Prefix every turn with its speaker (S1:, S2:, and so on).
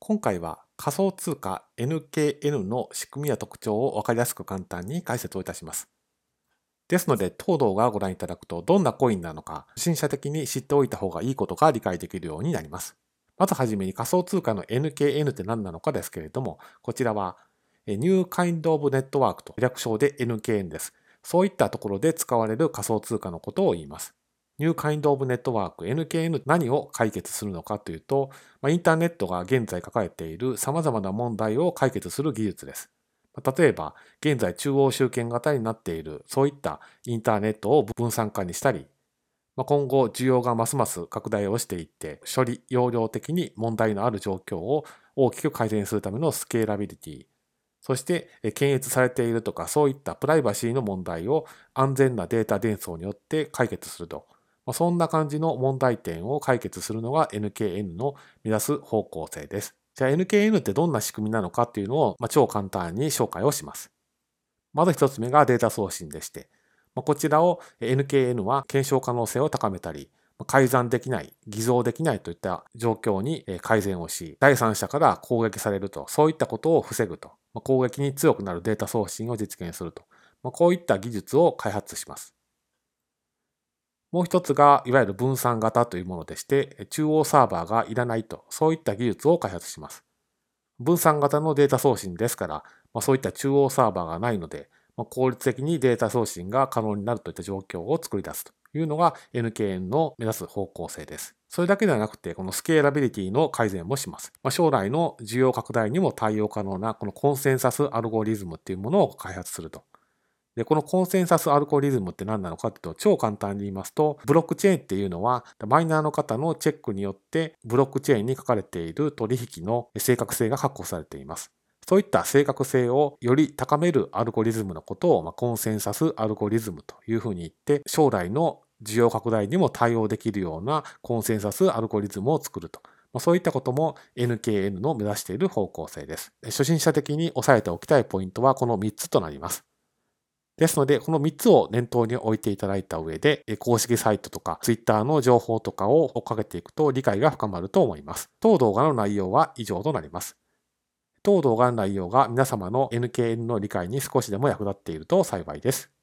S1: 今回は仮想通貨 NKN の仕組みや特徴を分かりやすく簡単に解説をいたします。ですので、当動画をご覧いただくとどんなコインなのか、初心者的に知っておいた方がいいことが理解できるようになります。まずはじめに仮想通貨の NKN って何なのかですけれども、こちらは New Kind of Network と略称で NKN です。そういったところで使われる仮想通貨のことを言います。ニューカインドオブネットワーク NKN 何を解決するのかというと、インターネットが現在抱えている様々な問題を解決する技術です。例えば、現在中央集権型になっているそういったインターネットを分散化にしたり、今後需要がますます拡大をしていって、処理容量的に問題のある状況を大きく改善するためのスケーラビリティ、そして検閲されているとかそういったプライバシーの問題を安全なデータ伝送によって解決すると。そんな感じの問題点を解決するのが NKN の目指す方向性です。じゃあ NKN ってどんな仕組みなのかっていうのを超簡単に紹介をします。まず一つ目がデータ送信でして、こちらを NKN は検証可能性を高めたり、改ざんできない、偽造できないといった状況に改善をし、第三者から攻撃されると、そういったことを防ぐと、攻撃に強くなるデータ送信を実現すると、こういった技術を開発します。もう一つが、いわゆる分散型というものでして、中央サーバーがいらないと、そういった技術を開発します。分散型のデータ送信ですから、そういった中央サーバーがないので、効率的にデータ送信が可能になるといった状況を作り出すというのが NKN の目指す方向性です。それだけではなくて、このスケーラビリティの改善もします。将来の需要拡大にも対応可能なこのコンセンサスアルゴリズムっていうものを開発すると。で、このコンセンサスアルゴリズムって何なのかっていうと、超簡単に言いますと、ブロックチェーンっていうのは、マイナーの方のチェックによって、ブロックチェーンに書かれている取引の正確性が確保されています。そういった正確性をより高めるアルゴリズムのことを、コンセンサスアルゴリズムというふうに言って、将来の需要拡大にも対応できるようなコンセンサスアルゴリズムを作ると。そういったことも NKN の目指している方向性です。初心者的に押さえておきたいポイントはこの3つとなります。ですので、この3つを念頭に置いていただいた上で、公式サイトとか Twitter の情報とかを追っかけていくと理解が深まると思います。当動画の内容は以上となります。当動画の内容が皆様の NKN の理解に少しでも役立っていると幸いです。